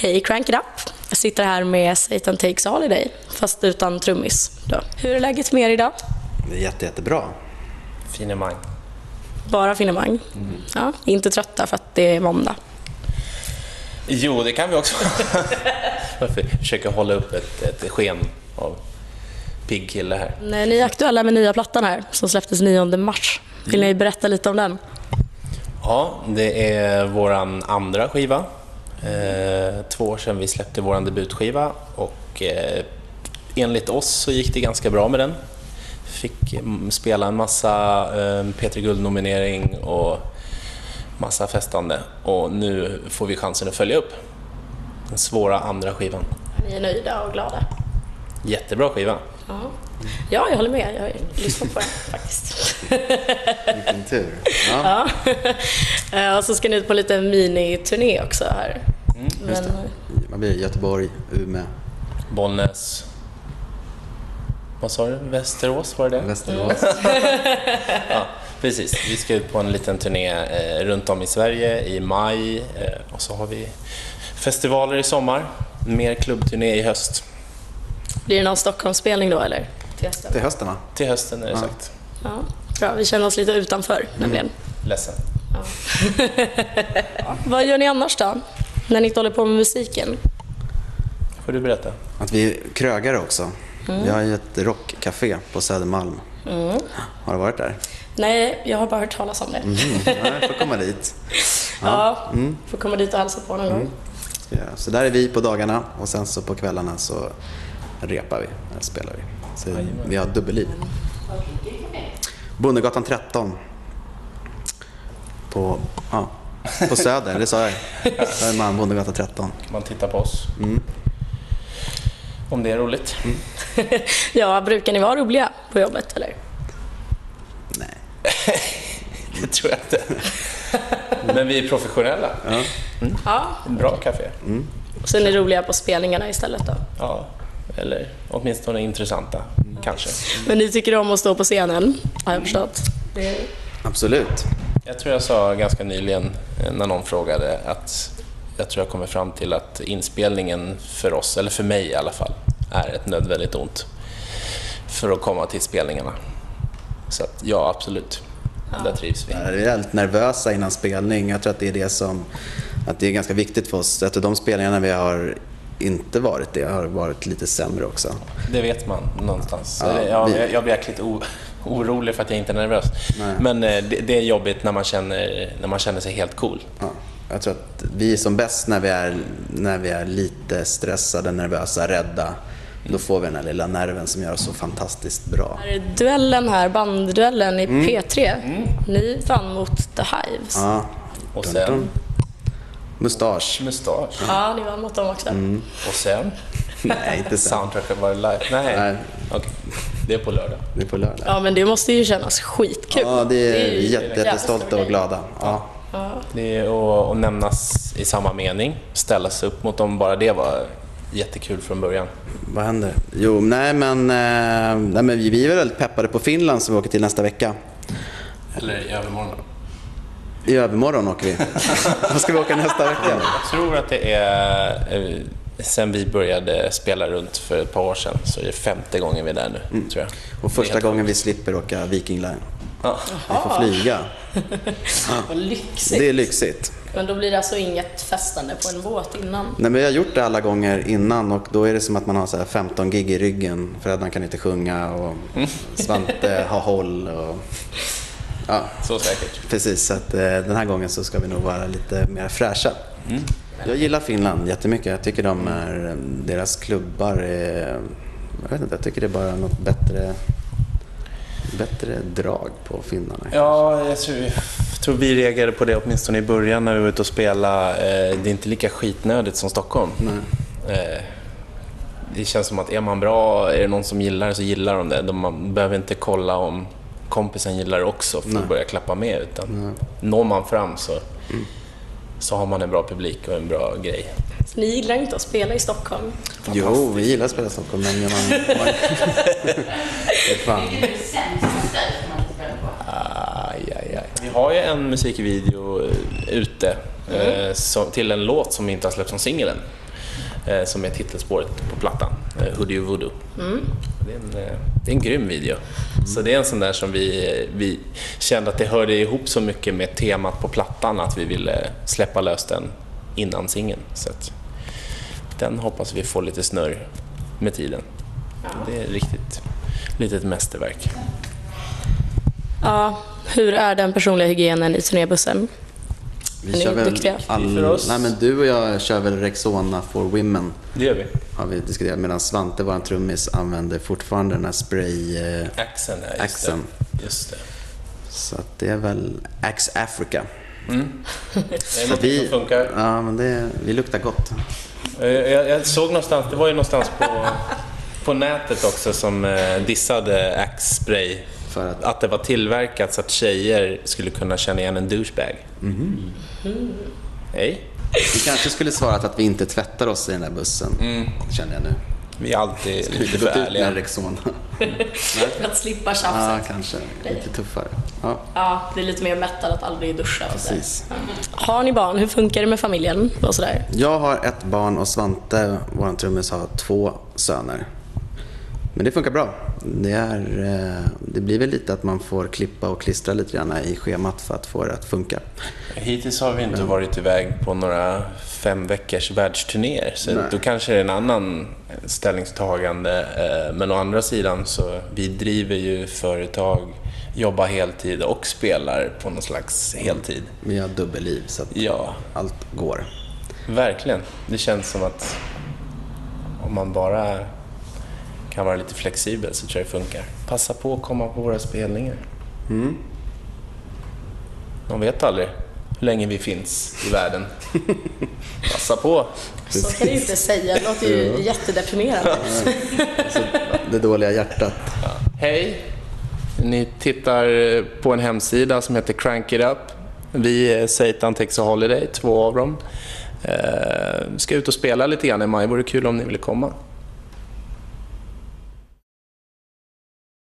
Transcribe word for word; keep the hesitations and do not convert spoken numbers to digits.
Hej Crank It Up. Jag sitter här med Satan Takes Holiday, fast utan trummis då. Hur är läget med er idag? Det är jätte, jättebra. Finemang. Bara finemang. Mm. Ja, inte trötta för att det är måndag. Jo, det kan vi också. Varför försöker hålla upp ett, ett sken av pigg kille här. Nej, ni är aktuella med nya plattan här som släpptes nionde mars. Vill ni berätta lite om den? Ja, det är våran andra skiva. Eh, två år sedan vi släppte våran debutskiva och eh, enligt oss så gick det ganska bra med den. Fick spela en massa eh, P tre Guld-nominering och massa festande. Och nu får vi chansen att följa upp den svåra andra skivan. Ni är nöjda och glada? Jättebra skiva. Ja, ja jag håller med. Jag har lyssnat på den faktiskt. Vilken tur. Ja. Ja. Och så ska ni ut på lite mini-turné också här. Mm, Men... Man blir Göteborg, Umeå, Bollnäs. Vad sa du? Västerås var det det? Västerås. Ja, precis. Vi ska ut på en liten turné eh, runt om i Sverige i maj. Eh, och så har vi festivaler i sommar. Mer klubbturné i höst. Blir det någon Stockholmsspelning då eller? Till hösten? Till hösten, va? Till hösten är det Ja. sagt. Ja, bra. Vi känner oss lite utanför mm. nämligen. Ledsen. Ja. Ja. Vad gör ni annars då? När ni inte håller på med musiken? Får du berätta? Att vi är krögare också. Mm. Vi har ju ett rockcafé på Södermalm. Mm. Har du varit där? Nej, jag har bara hört talas om det. Mm. Ja, får komma dit. Ja, ja mm. får komma dit och hälsa på någon mm. gång. Ja, så där är vi på dagarna och sen så på kvällarna så repar vi, eller spelar vi. Så mm. vi har dubbelliv. Bondegatan tretton. På, ja, på Söder, det sa jag. Där är man, Bondegatan tretton. Kan man titta på oss? Mm. Om det är roligt. Mm. Ja, brukar ni vara roliga på jobbet, eller? Nej. Det tror jag inte. Men vi är professionella. Ja. Mm. Ja. Bra café. Mm. Så är ni roliga på spelningarna istället då? Ja, eller åtminstone intressanta, mm. kanske. Men ni tycker om att stå på scenen, har jag förstått? Det... Absolut. Jag tror jag sa ganska nyligen när någon frågade att jag tror jag kommer fram till att inspelningen för oss, eller för mig i alla fall, är ett nödvändigt ont för att komma till spelningarna. Så att, ja, absolut. Ja. Där trivs vi. Ja, vi är väldigt nervösa innan spelning. Jag tror att det är det som att det är ganska viktigt för oss. Att de spelningarna vi har inte varit det har varit lite sämre också. Det vet man någonstans. Ja, jag, vi... jag blir jäkligt o, orolig för att jag inte är nervös. Nej. Men det, det är jobbigt när man känner, när man känner sig helt cool. Ja. Jag tror att vi är som bäst när vi är, när vi är lite stressade, nervösa, rädda. Mm. Då får vi den här lilla nerven som gör oss så fantastiskt bra. Duellen här, bandduellen i mm. P tre. Mm. Ni vann mot The Hives. Ja. Och sen? Dun, dun. Mustasch. Mustasch. Ja, ni vann mot dem också. Mm. Och sen? Nej, inte sen. Soundtracket var live. Nej. Nej. Okay. Det är på lördag. Det är på lördag. Ja, men det måste ju kännas skitkul. Ja, det är, det är jätte, jättestolta och glada. Ja. Ja. Det är att nämnas i samma mening, ställa sig upp mot dem, bara det var jättekul från början. Vad händer? Jo, nej men, eh, nej, men vi, vi är väldigt peppade på Finland som vi åker till nästa vecka. Eller i övermorgon. I övermorgon åker vi. Vad ska vi åka nästa vecka? Jag tror att det är, sen vi började spela runt för ett par år sedan, så är det femte gången vi är där nu, mm. tror jag. Och första gången vi slipper åka Viking Line. Ja. Vi får flyga. Vad lyxigt. Det är lyxigt. Men då blir det alltså inget festande på en båt innan? Nej, men vi har gjort det alla gånger innan och då är det som att man har så här femton gig i ryggen. Freddan kan inte sjunga och Svante har håll. Och... Ja, så säkert. Precis, så att, eh, den här gången så ska vi nog vara lite mer fräscha. Mm. Jag gillar Finland jättemycket. Jag tycker de är, deras klubbar är, jag vet inte, jag tycker det är bara något bättre bättre drag på finnarna. Ja, jag tror, jag tror vi reagerade på det åtminstone i början när vi var ute och spela. Eh, det är inte lika skitnödigt som Stockholm. Nej. Eh, det känns som att är man bra, är det någon som gillar det så gillar de det. De, man behöver inte kolla om kompisen gillar det också för Nej. att börja klappa med, utan Nej. når man fram så, mm. så har man en bra publik och en bra grej. Så ni gillar inte att spela i Stockholm? Jo, vi gillar att spela i Stockholm, men man... man... det är fan. Aj, aj, aj. Vi har ju en musikvideo ute mm. eh, som, till en låt som inte har släppts som singeln. eh, som är titelspåret på plattan, eh, Hoodie och Voodoo. Mm. Det, är en, eh, det är en grym video. Mm. Så det är en sån där som vi, vi kände att det hörde ihop så mycket med temat på plattan att vi ville släppa lös den innan singeln. Så att den hoppas vi får lite snurr med tiden. Ja. Det är riktigt litet mästerverk. Ja, hur är den personliga hygienen i turnébussen? Vi kör väl all... Nej, men du och jag kör väl Rexona for Women. Det gör vi. Har vi diskuterat, medan Svante, vår trummis, använder fortfarande den här spray... Eh... Axen, ja, just, Axen. Det. just det. Så att det är väl Axe Africa. Mm. Det är något vi... som funkar. Ja, men det, vi luktar gott. Jag, jag såg någonstans, det var ju någonstans på, på nätet också som eh, dissade Axe spray. För att... att det var tillverkat så att tjejer skulle kunna känna igen en douchebag. Mm. Mm. Hej. Vi kanske skulle svara att vi inte tvättar oss i den där bussen, mm. känner jag nu. Vi är alltid lite för ärliga. Mm. För att slippa tjafset. Ja, kanske. Lite tuffare. Ja, ja, det är lite mer metal att aldrig duscha. Precis. Ja. Har ni barn? Hur funkar det med familjen? Och sådär? Jag har ett barn och Svante, vår trummis, har två söner. Men det funkar bra. Det, är, det blir väl lite att man får klippa och klistra lite grann i schemat för att få det att funka. Hittills har vi inte varit iväg på några fem veckors världsturnéer. Så Nej. Då kanske det är en annan ställningstagande. Men å andra sidan så vi driver ju företag, jobbar heltid och spelar på någon slags heltid. Vi har dubbelliv så att ja. allt går. Verkligen. Det känns som att om man bara kan vara lite flexibel så tror jag det funkar. Passa på att komma på våra spelningar. Mm. Man vet aldrig hur länge vi finns i världen. Passa på. Så kan du inte säga. Det låter ju ja. jättedeprimerande. Alltså, det dåliga hjärtat. Ja. Hej. Ni tittar på en hemsida som heter Crank It Up. Vi är Satan Takes a Holiday, två av dem. Eh, ska ut och spela lite grann i maj. Vore kul om ni ville komma.